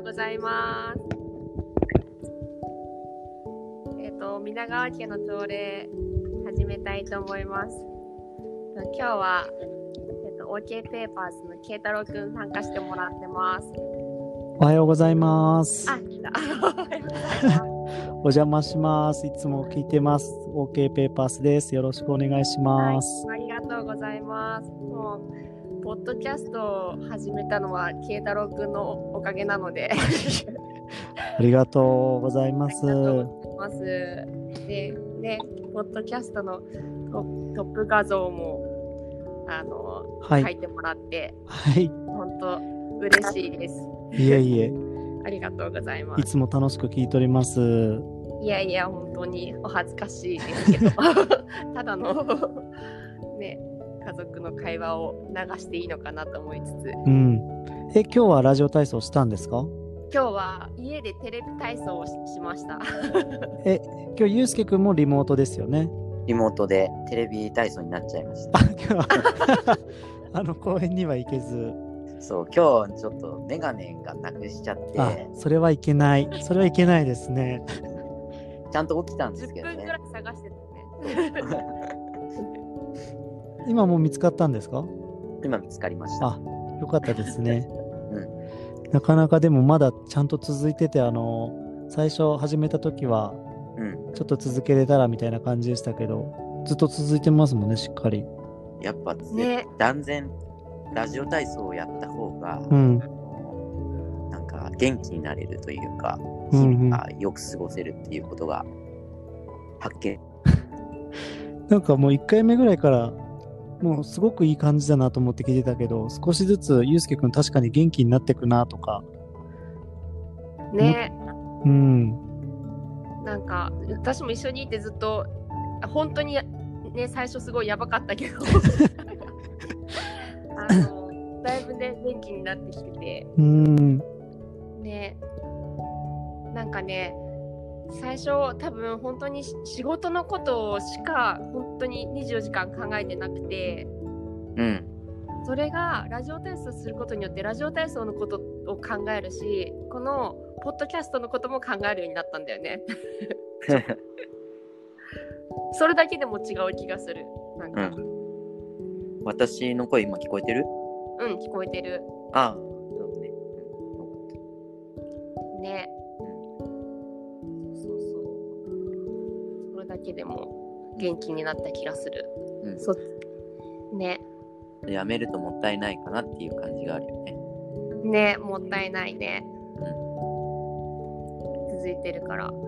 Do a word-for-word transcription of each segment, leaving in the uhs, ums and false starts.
ございます。えっ、と皆川家の朝礼始めたいと思います。今日は、えっと、OK ペーパーズの慶太郎くん参加してもらってます。 おはようございます。 あ、来た。 お邪魔します。いつも聞いてます。OK ペーパーズです。よろしくお願いします。 はい、ありがとうございます。もうポッドキャストを始めたのは慶太郎くんのおかげなのでありがとうございます。 ありがとうございます。で、ね、ポッドキャストのトップ画像もあの、はい、書いてもらって、 はい、 本当嬉しいです。 いえいえ、 ありがとうございます。 いつも楽しく聞いております。 いやいや、本当にお恥ずかしいですけど、ただのね、家族の会話を流していいのかなと思いつつ。 うん。え、今日はラジオ体操したんですか？ 今日は家でテレビ体操を し, しました。 え、今日ゆうすけくんもリモートですよね？ リモートでテレビ体操になっちゃいました。 あ、今日あの公園には行けず。 そう、今日ちょっとメガネがなくしちゃって。 あ、それはいけない。それはいけないですね。 ちゃんと起きたんですけどね。 じゅっぷんくらい探してたね。 今もう見つかったんですか？ 今見つかりました。 あ、よかったですね。 うん、 なかなかでもまだちゃんと続いてて、あの最初始めた時は、うん、ちょっと続けれたらみたいな感じでしたけど、ずっと続いてますもんね、しっかり。 やっぱ、ね、断然ラジオ体操をやった方が、 うん、 なんか元気になれるというか、日々がよく過ごせるっていうことが発見。 なんかもういっかいめぐらいからもうすごくいい感じだなと思って聞いてたけど、少しずつゆうすけくん確かに元気になってくなとかね、 うん、 なんか私も一緒にいてずっと本当にね、最初すごいやばかったけどあのだいぶね元気になってきてて、 うんね、なんかね最初多分本当に仕事のことしか本当ににじゅうよじかん考えてなくて、 うん、 それがラジオ体操することによってラジオ体操のことを考えるし、このポッドキャストのことも考えるようになったんだよねそれだけでも違う気がする。なんか、うん、 私の声今聞こえてる？ うん、聞こえてる。 ああ、そうね。 ね。だけでも元気になった気がする、うん、そね。 やめるともったいないかなっていう感じがあるよね。 ね、もったいないね、うん、続いてるから、うん、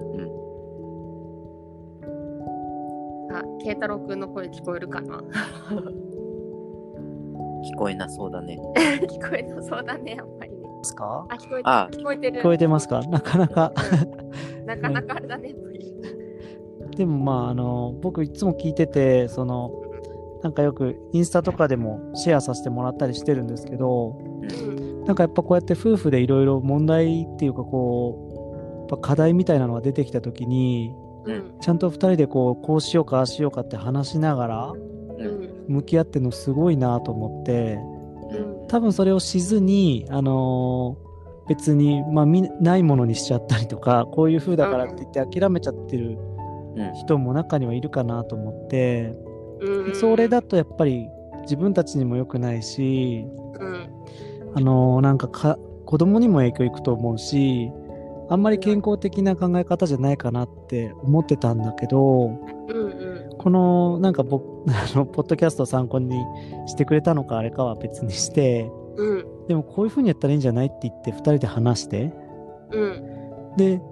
あ、慶太郎くんの声聞こえるかな聞こえなそうだね聞こえなそうだね、やっぱりね。 ですか？ あ、聞こえてあ聞こえてる。 聞こえてますか？なかなか、 うん、なかなかあれだね、やっぱりでもまああの僕いつも聞いてて、そのなんかよくインスタとかでもシェアさせてもらったりしてるんですけど、うん、なんかやっぱこうやって夫婦でいろいろ問題っていうかこうやっぱ課題みたいなのが出てきた時に、うん、ちゃんとふたりでこうこうしようかああしようかって話しながら向き合ってるのすごいなと思って、うん、多分それをしずにあのー、別にまあ見ないものにしちゃったりとか、こういう風だからって言って諦めちゃってる人も中にはいるかなと思って、うん、それだとやっぱり自分たちにも良くないし、うん、あのなんかか子供にも影響いくと思うし、あんまり健康的な考え方じゃないかなって思ってたんだけど、うんうん、このなんか僕あのポッドキャストを参考にしてくれたのかあれかは別にして、うん、でもこういう風にやったらいいんじゃないって言ってふたりで話して、うん、で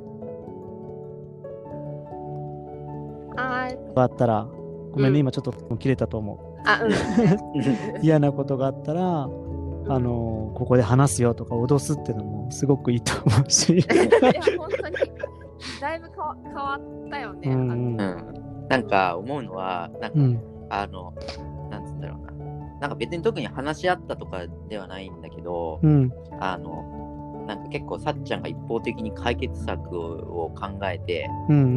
があったらごめんね、うん、今ちょっと切れたと思う。 あ、うん、 嫌なことがあったら、あのここで話すよとか脅すっていうのもすごくいいと思うしいや本当にだいぶか変わったよね、 うんうん、なんか思うのはなんか、うん、あのなんつうんだろうな、なんか別に特に話し合ったとかではないんだけど、うん、あのなんか結構さっちゃんが一方的に解決策を考えて、うんうん、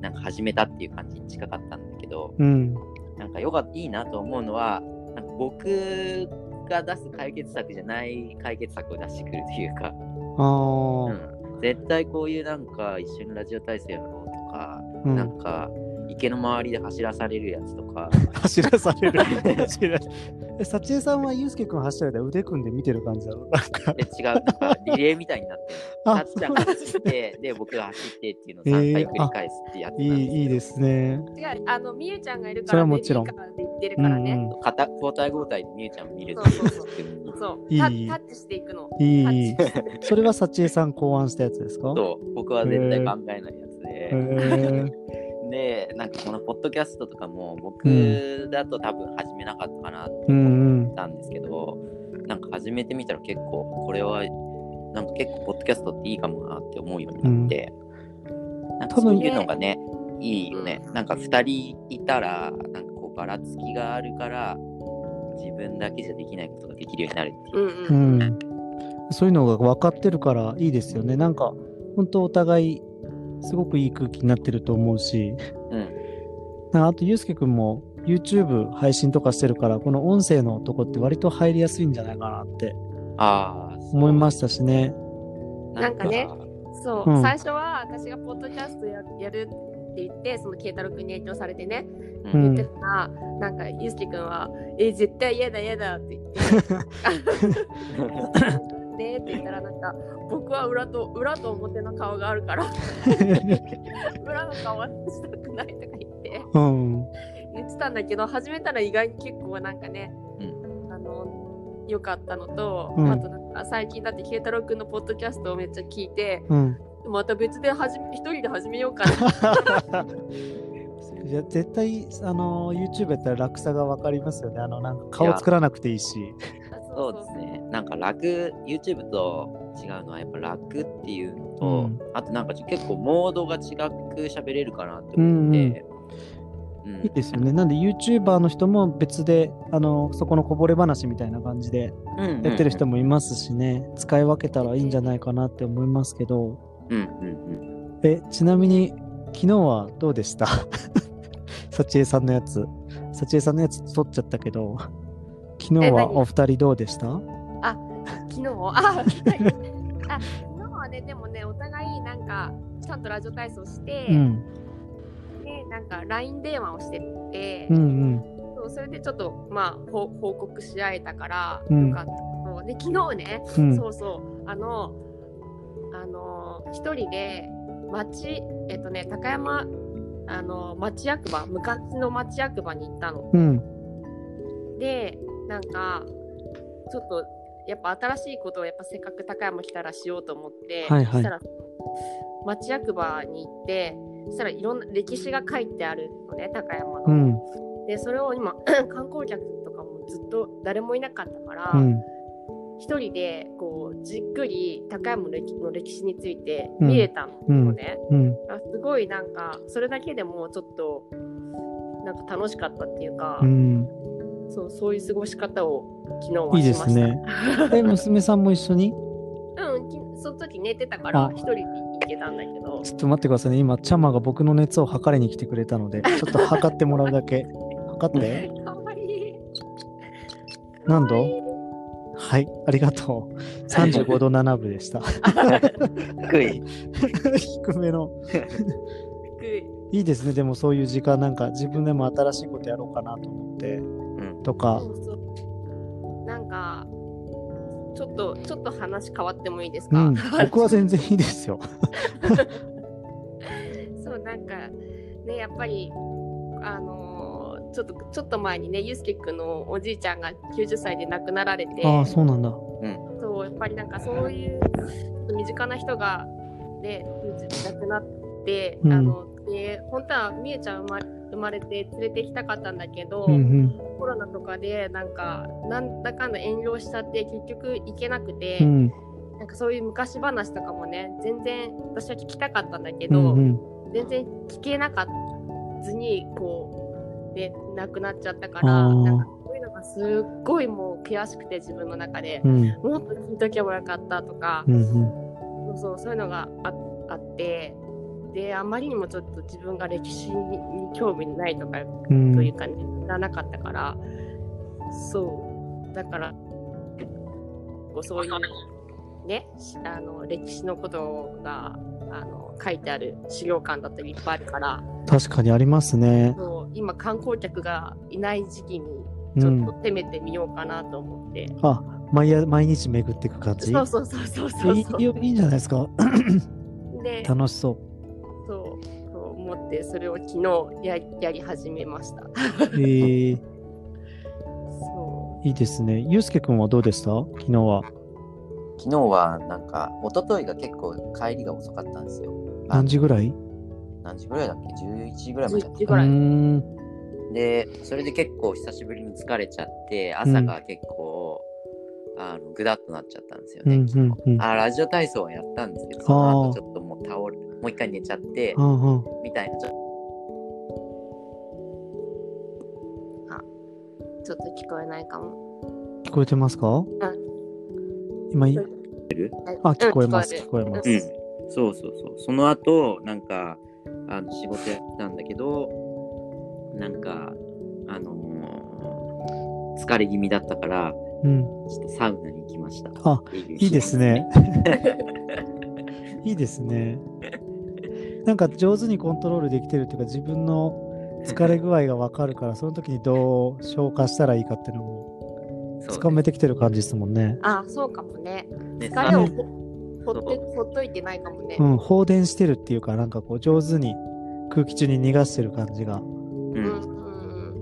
なんか始めたっていう感じに近かったんだけど、うん、なんかよかったいいなと思うのは、なんか僕が出す解決策じゃない解決策を出してくるというか、 あ、 うん、絶対こういうなんか一緒にラジオ体操やろうとか、うん、なんか池の周りで走らされるやつとか走らされる走らえ、さちえさんはゆうすけくん走る間腕組んで見てる感じだろ？なんかえ違う、なんかリレーみたいになってる。さっちゃんが走ってで僕が走ってっていうのをさんかい繰り返すってやつなんですけど、えー、いいいいですね。 違う、あのみゆちゃんがいるから、 それはもちろんベビーカーで行ってるからね、 うんうん、 片交代交代でみゆちゃん見るそうそうそうそういいタッチしていくの。 いいそれはさちえさん考案したやつですか？ そう僕は絶対考えないやつで、えーで、なんかこのポッドキャストとかも僕だと多分始めなかったかなって思ったんですけど、うんうん、なんか始めてみたら結構これはなんか結構ポッドキャストっていいかもなって思うようになって、うん、なんかそういうのがね、いいよね。なんかふたりいたらなんかこうばらつきがあるから自分だけじゃできないことができるようになるっていう、うんうん、 そういうのが分かってるからいいですよね。なんか本当お互いすごくいい空気になってると思うし、うん、あとゆうすけくんも YouTube 配信とかしてるからこの音声のとこって割と入りやすいんじゃないかなって思いましたしね。 なんかね、そう、うん、最初は私がポッドキャスト や, やるって言ってその慶太郎くんに影響されてね、うん、言ってたら、なんかゆうすけくんはえ絶対嫌だ嫌だって言ってねって言ったら、なんか僕は裏と裏と表の顔があるから裏の顔はしたくないとか言って、うん、言ってたんだけど、始めたら意外に結構なんかね、うん、あの良かったのと、うん、あとなんか最近だって慶太郎くんのポッドキャストをめっちゃ聞いて、うん、また別で始め一人で始めようかないや絶対あの YouTube やったら楽さが分かりますよね。あのなんか顔作らなくていいし。 そうですね。なんか楽 YouTube と違うのはやっぱ楽っていうのと、うん、あとなんか結構モードが違く喋れるかなって思って、 うんうん、いいですよね。なんで YouTuber の人も別であのそこのこぼれ話みたいな感じでやってる人もいますしね、うんうんうん、使い分けたらいいんじゃないかなって思いますけど、うんうんうん、えちなみに昨日はどうでしたさちえさんのやつさちえさんのやつ撮っちゃったけど昨日はお二人どうでした？ あ、昨日あ、あ、昨日はね、でもね、お互いなんかちゃんとラジオ体操して、うん、でなんか ライン 電話をしてて、うんうん、そうそれでちょっとまあ報告し合えたからよかったの、うん、で昨日ね、うん、そうそうあのあの一人で町えっとね高山あの町役場昔の町役場に行ったの、うん、でなんかちょっとやっぱ新しいことをやっぱせっかく高山来たらしようと思って、はいはい、そしたら町役場に行ってそしたらいろんな歴史が書いてあるのね高山の、うん、でそれを今観光客とかもずっと誰もいなかったから、うん、一人でこうじっくり高山の 歴, の歴史について見れたのね、うんうん、すごいなんかそれだけでもちょっとなんか楽しかったっていうか、うん、そう、そういう過ごし方を昨日はしました。いいですね。え、娘さんも一緒に？ うん、その時寝てたから一人で行けたんだけど。 ちょっと待ってくださいね。今チャマが僕の熱を測りに来てくれたので、ちょっと測ってもらうだけ。測って。かわいい。何度？はい、ありがとう。さんじゅうごどななぶでした。 低い。 低めの。 低い。 いいですね。でもそういう時間なんか自分でも新しいことやろうかなと思って、うん、とか。そうそうなんかちょっとちょっと話変わってもいいですか？うん、 僕は全然いいですよ。 そうなんかねやっぱりあのー、ちょっとちょっと前にねゆうすけくんのおじいちゃんがきゅうじゅっさいで亡くなられて、 ああそうなんだ。うん、 そうやっぱりなんかそういう身近な人がね亡くなって、うん、あので本当はみゆちゃん生まれ生まれて連れてきたかったんだけど、うんうん、コロナとかでなんかなんだかんだ遠慮しちゃって結局行けなくて、うん、なんかそういう昔話とかもね全然私は聞きたかったんだけど、うんうん、全然聞けなかったずにこうで亡くなっちゃったからなんかそういうのがすっごいもう悔しくて自分の中で、うん、もっと聞いとけばよかったとか、うんうん、そうそうそういうのが あ, あってであまりにもちょっと自分が歴史に興味ないとか、うん、というかね知らなかったからそうだからそういうね、あの歴史のことがあの書いてある資料館だったりいっぱいあるから。 確かにありますね。 そう今観光客がいない時期にちょっと攻めてみようかなと思って、うん、 あ、毎, 毎日巡っていく感じ。 そうそうそうそうそういい、いいんじゃないですか。 で楽しそう。 そうそう思ってそれを昨日 や, やり始めました。 えー、そういいですね。ゆうすけくんはどうでした？昨日は。 昨日はなんか一昨日が結構帰りが遅かったんですよ。 何時ぐらい？ 何時ぐらいだっけ？じゅういちじぐらいまでだった。 じゅういちじぐらい。うーんで、それで結構久しぶりに疲れちゃって、朝が結構、うん、あのぐだっとなっちゃったんですよね。うんうんうん、あラジオ体操はやったんですけど、その後ちょっともう倒れ、もう一回寝ちゃって、みたいな。ちょあ、ちょっと聞こえないかも。 聞こえてますか？うん。今いい？あ、聞こえます、聞こえます。 うん。そうそうそう。その後、なんか、あの仕事やったんだけど、なんか、あのー、疲れ気味だったから、うん、ちょっとサウナに行きました。 あ、いいですね。いいですね。なんか上手にコントロールできてるっていうか、自分の疲れ具合が分かるから、その時にどう消化したらいいかっていうのも、つかめてきてる感じですもんね。 あ、そうかもね。疲れをほってほっといてないかもね。 うん、放電してるっていうか、なんかこう上手に空気中に逃がしてる感じが。うん、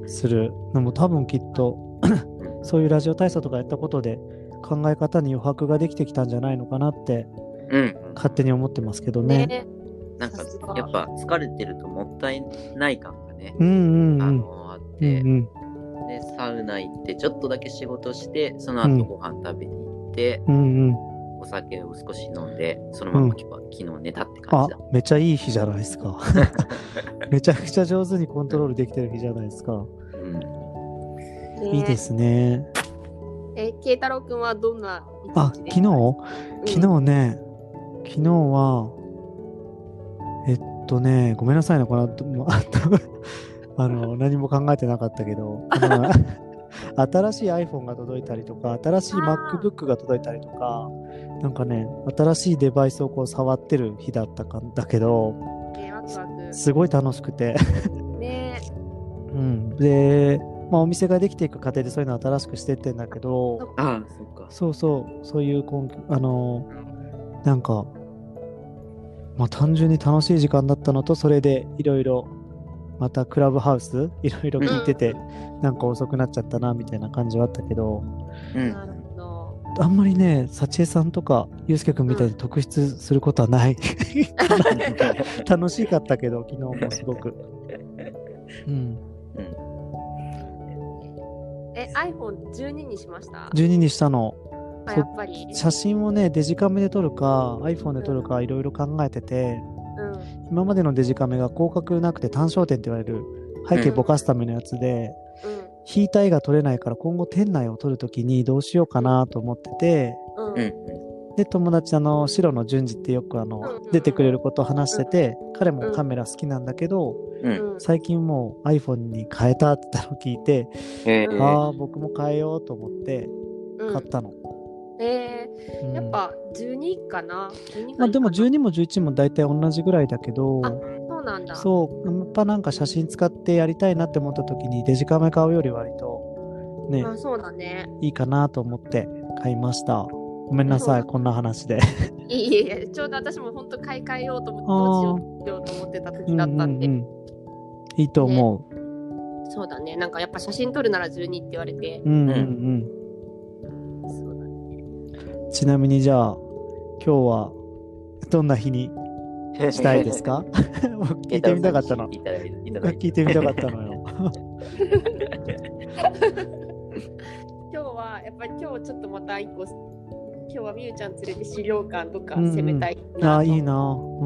するのも多分きっとそういうラジオ体操とかやったことで考え方に余白ができてきたんじゃないのかなって、うん、勝手に思ってますけどね。ね、 なんかやっぱ疲れてるともったいない感がね、 うんうんうん、 あのあって、うんうん、でサウナ行ってちょっとだけ仕事してその後ご飯食べに行って、うんうんうん、お酒を少し飲んでそのまま今日は、うん、昨日寝たって感じだ。 あ、めっちゃいい日じゃないですか。めちゃくちゃ上手にコントロールできてる日じゃないですか。うん、いいですね。 え、慶太郎くんはどんな一日でした？ あ、昨日、うん、昨日ね、昨日はえっとね、ごめんなさいね、このあの何も考えてなかったけど、新しい iPhone が届いたりとか、新しい MacBook が届いたりとか、なんかね、新しいデバイスをこう触ってる日だったかだけど、 えー、ワクワクすごい楽しくてね、 うん、で、まあ、お店ができていく過程でそういうのを新しくしてってんだけど、 ああ、そっか。 そうそう、そういうあのなんか、まあ、単純に楽しい時間だったのと、それでいろいろまたクラブハウスいろいろ聞いてて、うん、なんか遅くなっちゃったなみたいな感じはあったけど、うん、あんまりね、幸恵さんとかゆうすけくんみたいに特筆することはない、うん、楽しかったけど昨日もすごく、うん、 え、アイフォンじゅうに にしました？ じゅうににしたの。 あ、やっぱり写真をね、デジカメで撮るか iPhone で撮るかいろいろ考えてて、うん、今までのデジカメが広角なくて単焦点って言われる背景ぼかすためのやつで、うん、引いた絵が撮れないから今後店内を撮るときにどうしようかなと思ってて、うん、で友達あの白の順次ってよくあの、うん、出てくれることを話してて、うん、彼もカメラ好きなんだけど、うん、最近もう iPhone に変えたってのを聞いて、うん、ああ僕も変えようと思って買ったの。 えーうん、やっぱじゅうにかな。じゅうにまあ、でもじゅうにもじゅういちも大体同じぐらいだけど、 あ、そうなんだ。 そう、やっぱなんか写真使ってやりたいなって思った時にデジカメ買うより割とね、 あ、そうだね、 いいかなと思って買いました。ごめんなさい、こんな話で。 いいいい、ちょうど私も本当買い替えようと思ってどうしようと思ってた時だったんで、うんうんうん、 いいと思う、 ね。そうだね、なんかやっぱ写真撮るならじゅうにって言われて、 うんうんうん、ちなみにじゃあ今日はどんな日にしたいですか？聞いてみたかったの。聞いてみたかったのよ。 今日はやっぱり今日ちょっとまた一個、今日はみゆちゃん連れて資料館とか攻めたいなと、うんうん、 ああいいな、うん、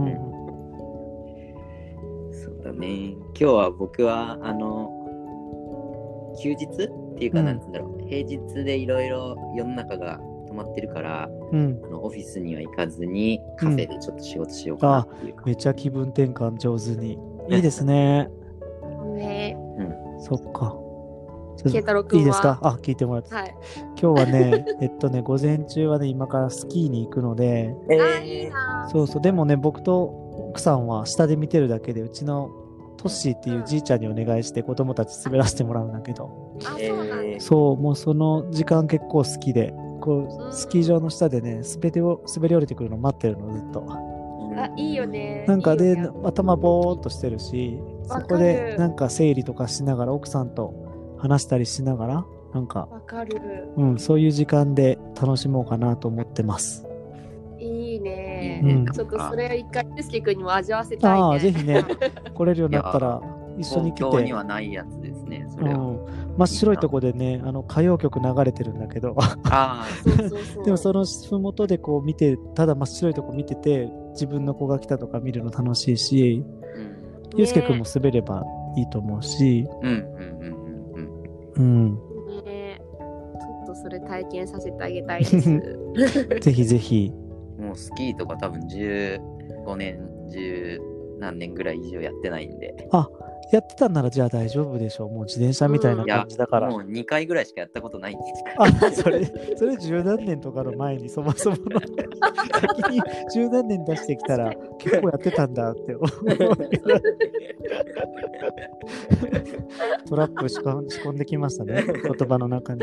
そうだね。今日は僕はあの休日っていうか、なんつうんだろう、平日でいろいろ世の中が止まってるから、うん、あのオフィスには行かずにカフェでちょっと仕事しようかなっていうか、 うん、めっちゃ気分転換上手にいいですね。 ね、 うん、そっか。 慶太郎くんは。 いいですか？あ、聞いてもらって。はい、今日はね、えっとね、午前中はね、今からスキーに行くので、 えー、いいな。 そうそう、でもね、僕と奥さんは下で見てるだけで、うちのトッシーっていうじいちゃんにお願いして子供たち滑らせてもらうんだけど、 あ、そうなんです。 そう、もうその時間結構好きで、こうスキー場の下でね、滑りを滑り降りてくるの待ってるの、ずっと。 あ、いいよね。 なんかで、 いいよね、 頭ぼーっとしてるし、そこでなんか整理とかしながら、奥さんと話したりしながら、なんか、 わかる。 うん、そういう時間で楽しもうかなと思ってます。 いいね、うん、ちょっとそれ一回ゆうすけくんにも味わわせたいね。 ああ、ぜひね、来れるようになったら一緒に来て。 東京にはないやつですね、それは。うん、 真っ白いとこでね、あの歌謡曲流れてるんだけど、 あそうそうそう。 でもそのふもとでこう見て、ただ真っ白いとこ見てて、自分の子が来たとか見るの楽しいし、うん、ゆうすけくんも滑ればいいと思うし、 うんうんうんうんうん。 ね、ちょっとそれ体験させてあげたいです。 ぜひぜひ。 もうスキーとか多分じゅうごねん、じゅうなんねんぐらい以上やってないんで。 あ、やってたんならじゃあ大丈夫でしょう。もう自転車みたいな感じだから。 うん、もうにかいぐらいしかやったことないんです。 あ、それ、それ十何年とかの前にそもそもの先に十何年出してきたら結構やってたんだって思う。トラップ仕込んできましたね、言葉の中に。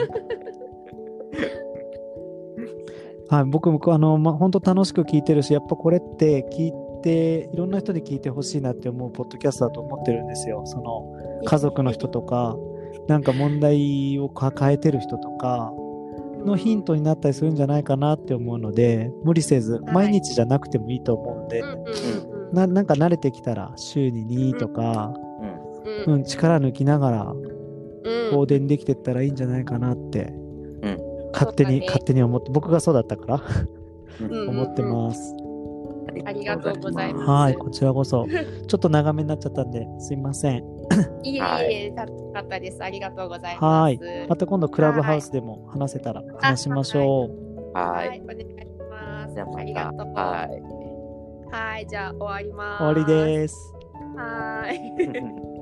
はい、僕もあの、ま、本当楽しく聞いてるし、やっぱこれって聞いていろんな人に聞いてほしいなって思うポッドキャストだと思ってるんですよ。その家族の人とか、なんか問題を抱えてる人とかのヒントになったりするんじゃないかなって思うので、無理せず毎日じゃなくてもいいと思うんで、な, なんか慣れてきたら週ににとか、うんうん、力抜きながら放電できてったらいいんじゃないかなって、うん、勝手に、ね、勝手に思って、僕がそうだったから思ってます。 ありがとうございます。 はい、こちらこそ。ちょっと長めになっちゃったんですいません。 いえいえ、楽しかったです。ありがとうございます。 はい。また今度クラブハウスでも話せたら話しましょう。はい。 はい、お願いします。 じゃあありがとう。 はい。 はい、じゃあ終わります。 終わりです。 はい。